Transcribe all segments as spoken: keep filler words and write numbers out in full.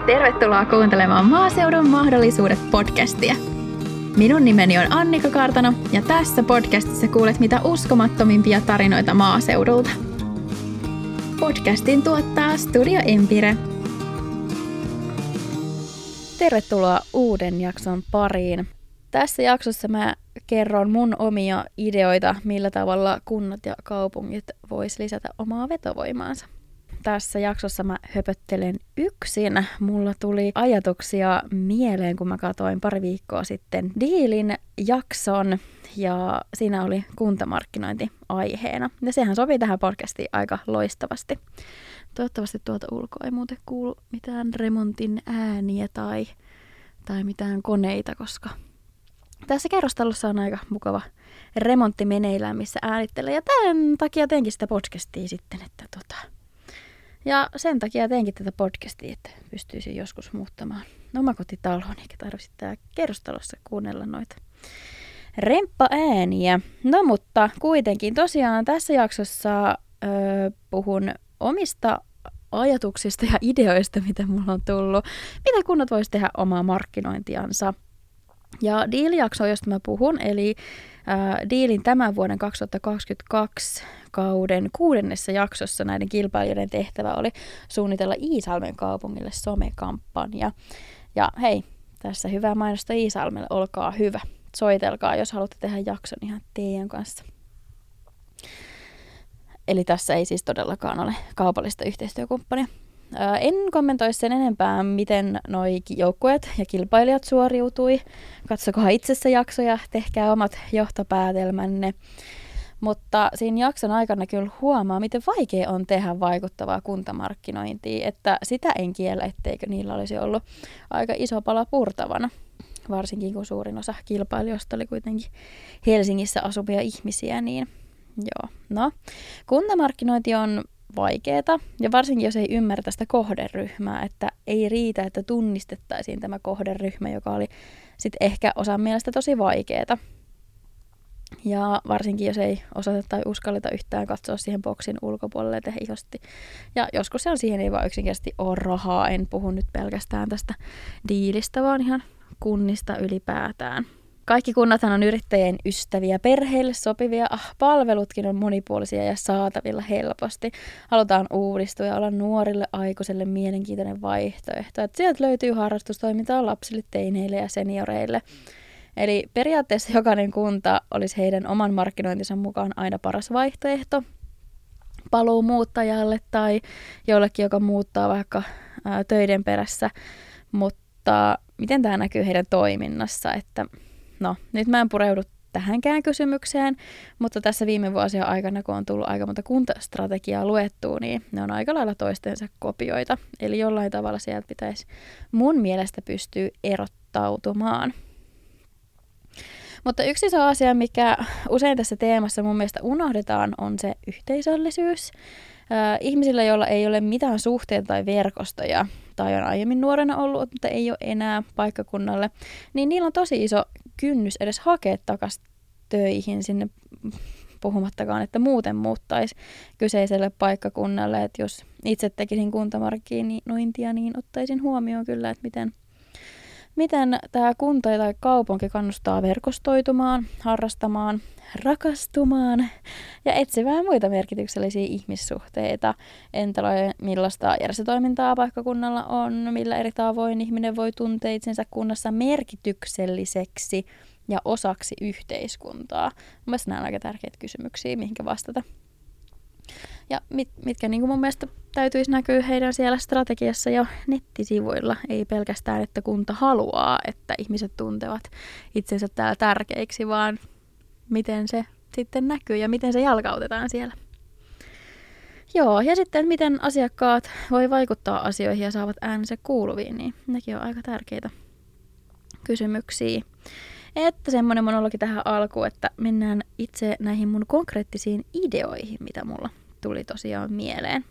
Tervetuloa kuuntelemaan Maaseudun mahdollisuudet podcastia. Minun nimeni on Annika Kartano ja tässä podcastissa kuulet mitä uskomattomimpia tarinoita maaseudulta. Podcastin tuottaa Studio Empire. Tervetuloa uuden jakson pariin. Tässä jaksossa mä kerron mun omia ideoita, millä tavalla kunnat ja kaupungit vois lisätä omaa vetovoimaansa. Tässä jaksossa mä höpöttelen yksin. Mulla tuli ajatuksia mieleen, kun mä katsoin pari viikkoa sitten Diilin jakson ja siinä oli kuntamarkkinointi aiheena. Ja sehän sopii tähän podcastiin aika loistavasti. Toivottavasti tuolta ulkoa ei muuten kuulu mitään remontin ääniä tai, tai mitään koneita, koska tässä kerrostalossa on aika mukava remontti meneillään, missä äänittelee. Ja tämän takia teenkin sitä podcastia sitten, että tota... Ja sen takia teenkin tätä podcastia, että pystyisin joskus muuttamaan omakotitaloon, eikä tarvitse täällä kerrostalossa kuunnella noita remppa-ääniä. No mutta kuitenkin tosiaan tässä jaksossa öö, puhun omista ajatuksista ja ideoista, mitä mulla on tullut, mitä kunnat vois tehdä omaa markkinointiansa. Ja Deal-jakso, josta mä puhun, eli äh, Dealin tämän vuoden kaksituhattakaksikymmentäkaksi kauden kuudennessa jaksossa näiden kilpailijoiden tehtävä oli suunnitella Iisalmen kaupungille somekampanja. Ja hei, tässä hyvää mainosta Iisalmelle, olkaa hyvä. Soitelkaa, jos haluatte tehdä jakson ihan teidän kanssa. Eli tässä ei siis todellakaan ole kaupallista yhteistyökumppania. En kommentoi sen enempää, miten noi joukkueet ja kilpailijat suoriutui. Katsokaa itsessä jaksoja, tehkää omat johtopäätelmänne. Mutta siinä jakson aikana kyllä huomaa, miten vaikea on tehdä vaikuttavaa kuntamarkkinointia, että sitä en kiellä, etteikö niillä olisi ollut aika iso pala purtavana. Varsinkin kun suurin osa kilpailijoista oli kuitenkin Helsingissä asuvia ihmisiä, niin joo. No, kuntamarkkinointi on vaikeeta, ja varsinkin jos ei ymmärrä sitä kohderyhmää, että ei riitä, että tunnistettaisiin tämä kohderyhmä, joka oli sitten ehkä osan mielestä tosi vaikeeta. Ja varsinkin jos ei osata tai uskalleta yhtään katsoa siihen boksin ulkopuolelle ja tehdä isosti. Ja joskus se on siihen ei vaan yksinkertaisesti ole rahaa, en puhu nyt pelkästään tästä diilistä, vaan ihan kunnista ylipäätään. Kaikki kunnathan on yrittäjien ystäviä, perheille sopivia, ah, palvelutkin on monipuolisia ja saatavilla helposti. Halutaan uudistua ja olla nuorille aikuiselle mielenkiintoinen vaihtoehto. Et sieltä löytyy harrastustoimintaa lapsille, teineille ja senioreille. Eli periaatteessa jokainen kunta olisi heidän oman markkinointinsa mukaan aina paras vaihtoehto paluu muuttajalle tai jollekin, joka muuttaa vaikka ää, töiden perässä. Mutta miten tämä näkyy heidän toiminnassa, että no, nyt mä en pureudu tähänkään kysymykseen, mutta tässä viime vuosien aikana, kun on tullut aika monta kuntastrategiaa luettua, niin ne on aika lailla toistensa kopioita. Eli jollain tavalla sieltä pitäisi mun mielestä pystyä erottautumaan. Mutta yksi iso asia, mikä usein tässä teemassa mun mielestä unohdetaan, on se yhteisöllisyys. Äh, ihmisillä, joilla ei ole mitään suhteita tai verkostoja, tai on aiemmin nuorena ollut, mutta ei ole enää paikkakunnalle, niin niillä on tosi iso kynnys edes hakea takaisin töihin sinne, puhumattakaan, että muuten muuttaisi kyseiselle paikkakunnalle. Että jos itse tekisin kuntamarkkinointia, niin ottaisin huomioon kyllä, että miten, miten tämä kunta tai kaupunki kannustaa verkostoitumaan, harrastamaan, rakastumaan ja etsimään muita merkityksellisiä ihmissuhteita. Entä millaista järjestötoimintaa paikkakunnalla on, millä eri tavoin ihminen voi tuntea itsensä kunnassa merkitykselliseksi ja osaksi yhteiskuntaa. Mielestäni nämä on aika tärkeitä kysymyksiä, mihinkä vastata. Ja mit, mitkä niin kuin mun mielestä täytyisi näkyä heidän siellä strategiassa ja nettisivuilla. Ei pelkästään, että kunta haluaa, että ihmiset tuntevat itsensä täällä tärkeiksi, vaan miten se sitten näkyy ja miten se jalkautetaan siellä. Joo, ja sitten miten asiakkaat voi vaikuttaa asioihin ja saavat äänensä kuuluviin, niin nekin on aika tärkeitä kysymyksiä. Että semmoinen monologi tähän alkuun, että mennään itse näihin mun konkreettisiin ideoihin, mitä mulla tuli tosiaan mieleen.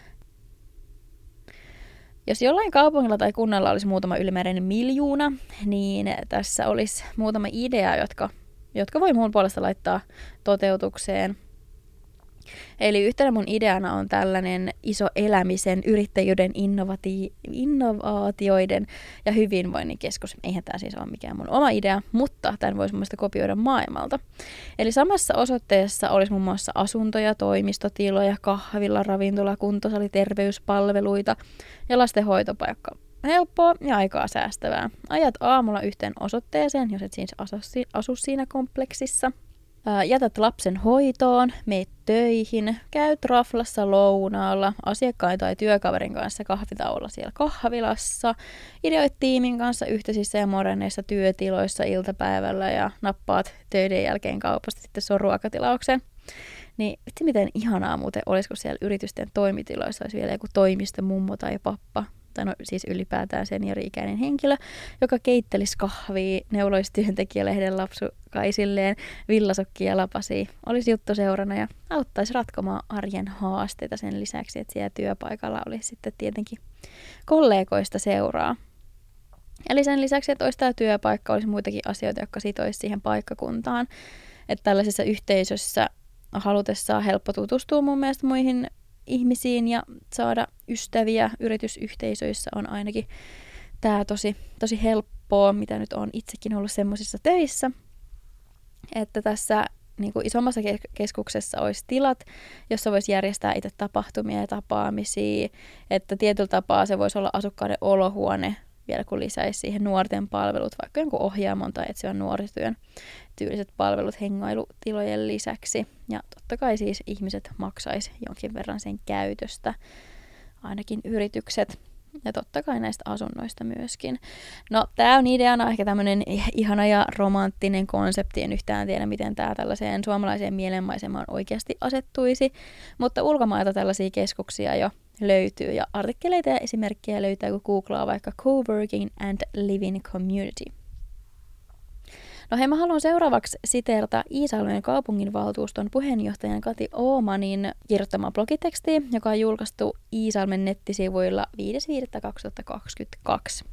Jos jollain kaupungilla tai kunnalla olisi muutama ylimääräinen miljoona, niin tässä olisi muutama idea, jotka, jotka voi muun puolesta laittaa toteutukseen. Eli yhtenä mun ideana on tällainen iso elämisen, yrittäjyyden, innovati- innovaatioiden ja hyvinvoinnin keskus. Eihän tämä siis ole mikään mun oma idea, mutta tämän voisi mun mielestä kopioida maailmalta. Eli samassa osoitteessa olisi muun muassa asuntoja, toimistotiloja, kahvila, ravintola, kuntosali, terveyspalveluita ja lastenhoitopaikka. Helppoa ja aikaa säästävää. Ajat aamulla yhteen osoitteeseen, jos et siis asu, asu siinä kompleksissa. Jätät lapsen hoitoon, meet töihin, käyt raflassa lounaalla, asiakkaan tai työkaverin kanssa kahvitauolla siellä kahvilassa, ideoit tiimin kanssa yhteisissä ja moderneissa työtiloissa iltapäivällä ja nappaat töiden jälkeen kaupasta sitten sun ruokatilauksen. Niin vitsi miten ihanaa muuten olisi, kun siellä yritysten toimitiloissa olisi vielä joku toimisto, mummo tai pappa, tai no siis ylipäätään seniori-ikäinen henkilö, joka keittelisi kahvia, neuloisi työntekijälehden lapsukaisilleen, villasokkia lapasi, olisi juttu seurana ja auttaisi ratkomaan arjen haasteita sen lisäksi, että siellä työpaikalla olisi sitten tietenkin kollegoista seuraa. Eli sen lisäksi, että olisi tämä työpaikka, olisi muitakin asioita, jotka sitoisi siihen paikkakuntaan. Että tällaisessa yhteisössä halutessaan helppo tutustua mun mielestä muihin ihmisiin ja saada ystäviä yritysyhteisöissä on ainakin tämä tosi, tosi helppoa, mitä nyt on itsekin ollut semmoisissa töissä, että tässä niin kuin isommassa keskuksessa olisi tilat, jossa voisi järjestää itse tapahtumia ja tapaamisia, että tietyllä tapaa se voisi olla asukkaiden olohuone, vielä kun lisäisi siihen nuorten palvelut, vaikka jonkun ohjaamon tai etsivän nuorisotyön tyyliset palvelut hengailutilojen lisäksi. Ja totta kai siis ihmiset maksaisi jonkin verran sen käytöstä, ainakin yritykset. Ja totta kai näistä asunnoista myöskin. No, tää on ideana ehkä tämmönen ihana ja romanttinen konsepti. En yhtään tiedä, miten tää tällaiseen suomalaiseen mielenmaisemaan oikeasti asettuisi. Mutta ulkomailta tällaisia keskuksia jo löytyy. Ja artikkeleita ja esimerkkejä löytää, kun googlaa vaikka Coworking and Living Community. No hei, mä haluan seuraavaksi siteerata Iisalmen kaupunginvaltuuston puheenjohtajan Kati Oomanin kirjoittamaa blogitekstiä, joka on julkaistu Iisalmen nettisivuilla viides viidettä kaksituhattakaksikymmentäkaksi.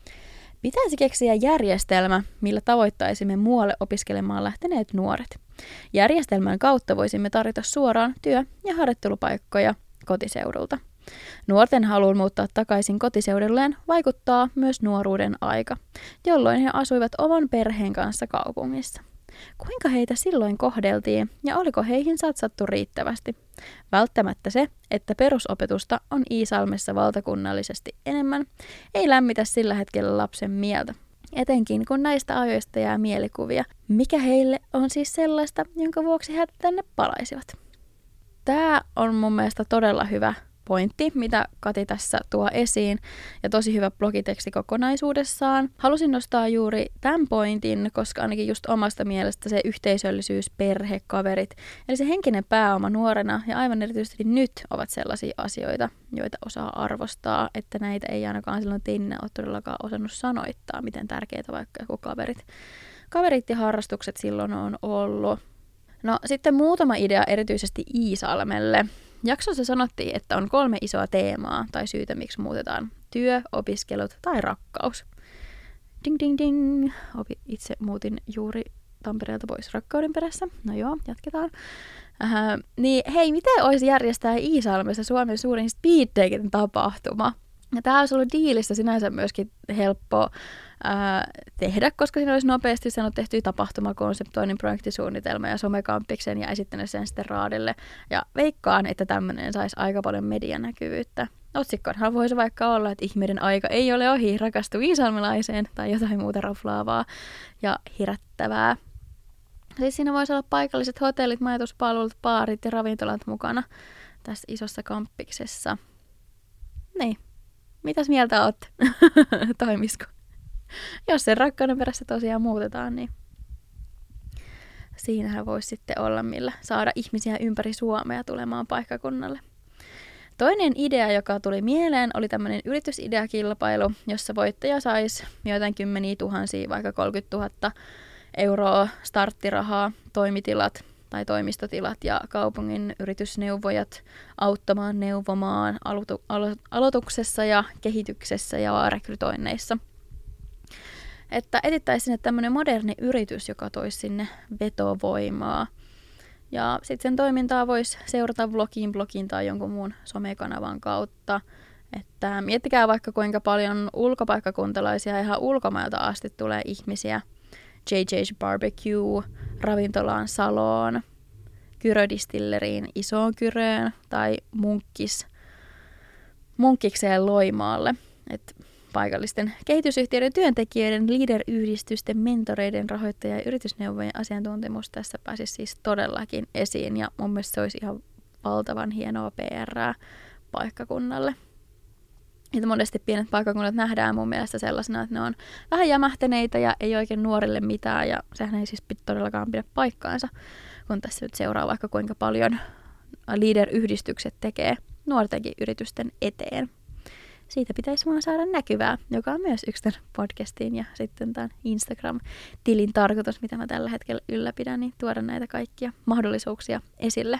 Pitäisi keksiä järjestelmä, millä tavoittaisimme muualle opiskelemaan lähteneet nuoret. Järjestelmän kautta voisimme tarjota suoraan työ- ja harjoittelupaikkoja kotiseudulta. Nuorten haluun muuttaa takaisin kotiseudulleen vaikuttaa myös nuoruuden aika, jolloin he asuivat oman perheen kanssa kaupungissa. Kuinka heitä silloin kohdeltiin ja oliko heihin satsattu riittävästi? Välttämättä se, että perusopetusta on Iisalmessa valtakunnallisesti enemmän, ei lämmitä sillä hetkellä lapsen mieltä. Etenkin kun näistä ajoista jää mielikuvia, mikä heille on siis sellaista, jonka vuoksi he tänne palaisivat. Tämä on mun mielestä todella hyvä pointti, mitä Kati tässä tuo esiin, ja tosi hyvä blogiteksti kokonaisuudessaan. Halusin nostaa juuri tämän pointin, koska ainakin just omasta mielestä se yhteisöllisyys, perhe, kaverit, eli se henkinen pääoma nuorena ja aivan erityisesti nyt ovat sellaisia asioita, joita osaa arvostaa, että näitä ei ainakaan silloin teininä ole todellakaan osannut sanoittaa, miten tärkeitä vaikka joku kaverit. Kaverit ja harrastukset silloin on ollut. No sitten muutama idea erityisesti Iisalmelle. Jaksossa sanottiin, että on kolme isoa teemaa tai syytä, miksi muutetaan: työ, opiskelut tai rakkaus. Ding ding ding. Opi, itse muutin juuri Tampereelta pois rakkauden perässä. No joo, jatketaan. Äh, niin hei, miten olisi järjestää Iisalmessa Suomen suurin speed dating tapahtuma? Ja tämä olisi ollut diilistä sinänsä myöskin helppo ää, tehdä, koska siinä olisi nopeasti sanottu tehty tapahtumakonseptoinnin projektisuunnitelma ja somekampiksen ja esittänyt sen sitten raadille. Ja veikkaan, että tämmöinen saisi aika paljon medianäkyvyyttä. Otsikkoonhan voisi vaikka olla, että ihminen aika ei ole ohi, rakastu iisalmelaiseen tai jotain muuta raflaavaa ja hirättävää. Siis siinä voisi olla paikalliset hotellit, majoituspalvelut, baarit ja ravintolat mukana tässä isossa kamppiksessa. Niin. Mitäs mieltä oot? Toimisko? Jos sen rakkauden perässä tosiaan muutetaan, niin siinähän voisi sitten olla, millä saada ihmisiä ympäri Suomea tulemaan paikkakunnalle. Toinen idea, joka tuli mieleen, oli tämmöinen yritysideakilpailu, jossa voittaja saisi joitain kymmeniä tuhansia, vaikka kolmekymmentätuhatta euroa starttirahaa, toimitilat tai toimistotilat ja kaupungin yritysneuvojat auttamaan neuvomaan aloitu- alo- aloituksessa ja kehityksessä ja rekrytoinneissa. Että etittäisiin sinne tämmöinen moderni yritys, joka toisi sinne vetovoimaa. Ja sitten sen toimintaa voisi seurata vlogin, blogin tai jonkun muun somekanavan kautta. Että miettikää vaikka kuinka paljon ulkopaikkakuntalaisia ihan ulkomailta asti tulee ihmisiä J J's Barbecue, ravintolaan Saloon, Kyrö-distilleriin Isoon Kyröön tai Munkkis, Munkkikseen Loimaalle. Et paikallisten kehitysyhtiöiden työntekijöiden, leader-yhdistysten, mentoreiden, rahoittajien ja yritysneuvojien asiantuntemus tässä pääsisi siis todellakin esiin. Ja mun mielestä se olisi ihan valtavan hienoa P R:ää paikkakunnalle. Että monesti pienet paikkakunnat nähdään mun mielestä sellaisena, että ne on vähän jämähtäneitä ja ei oikein nuorille mitään. Ja sehän ei siis todellakaan pidä paikkaansa, kun tässä nyt seuraa vaikka kuinka paljon leader-yhdistykset tekee nuortenkin yritysten eteen. Siitä pitäisi vaan saada näkyvää, joka on myös yksi tämän podcastin ja sitten tämän Instagram-tilin tarkoitus, mitä mä tällä hetkellä ylläpidän, niin tuoda näitä kaikkia mahdollisuuksia esille.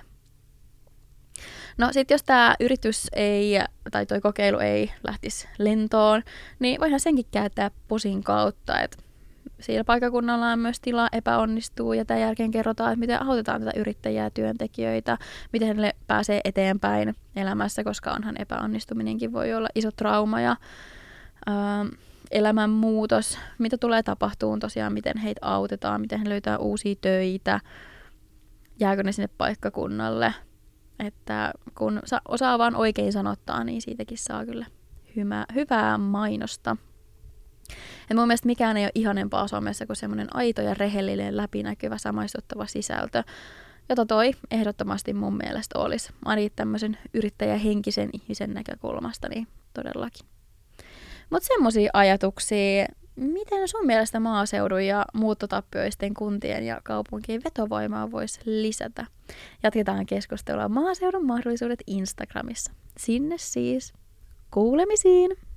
No sitten jos tämä yritys ei, tai toi kokeilu ei lähtisi lentoon, niin voihan senkin käyttää posin kautta, että siellä paikkakunnalla on myös tilaa epäonnistuu ja tämän jälkeen kerrotaan, että miten autetaan tätä yrittäjää, työntekijöitä, miten heille pääsee eteenpäin elämässä, koska onhan epäonnistuminenkin voi olla iso trauma ja ää, elämänmuutos, mitä tulee tapahtumaan tosiaan, miten heitä autetaan, miten he löytää uusia töitä, jääkö ne sinne paikkakunnalle. Että kun osaa vaan oikein sanottaa, niin siitäkin saa kyllä hyvää, hyvää mainosta. Ja mun mielestä mikään ei ole ihanempaa somessa kuin semmoinen aito ja rehellinen, läpinäkyvä, samaistuttava sisältö, jota toi ehdottomasti mun mielestä olisi. Ainakin tämmöisen yrittäjähenkisen ihmisen näkökulmasta, niin todellakin. Mutta semmoisia ajatuksia, miten sun mielestä maaseudun ja muuttotappioisten kuntien ja kaupunkien vetovoimaa voisi lisätä? Jatketaan keskustelua maaseudun mahdollisuudet Instagramissa. Sinne siis kuulemisiin!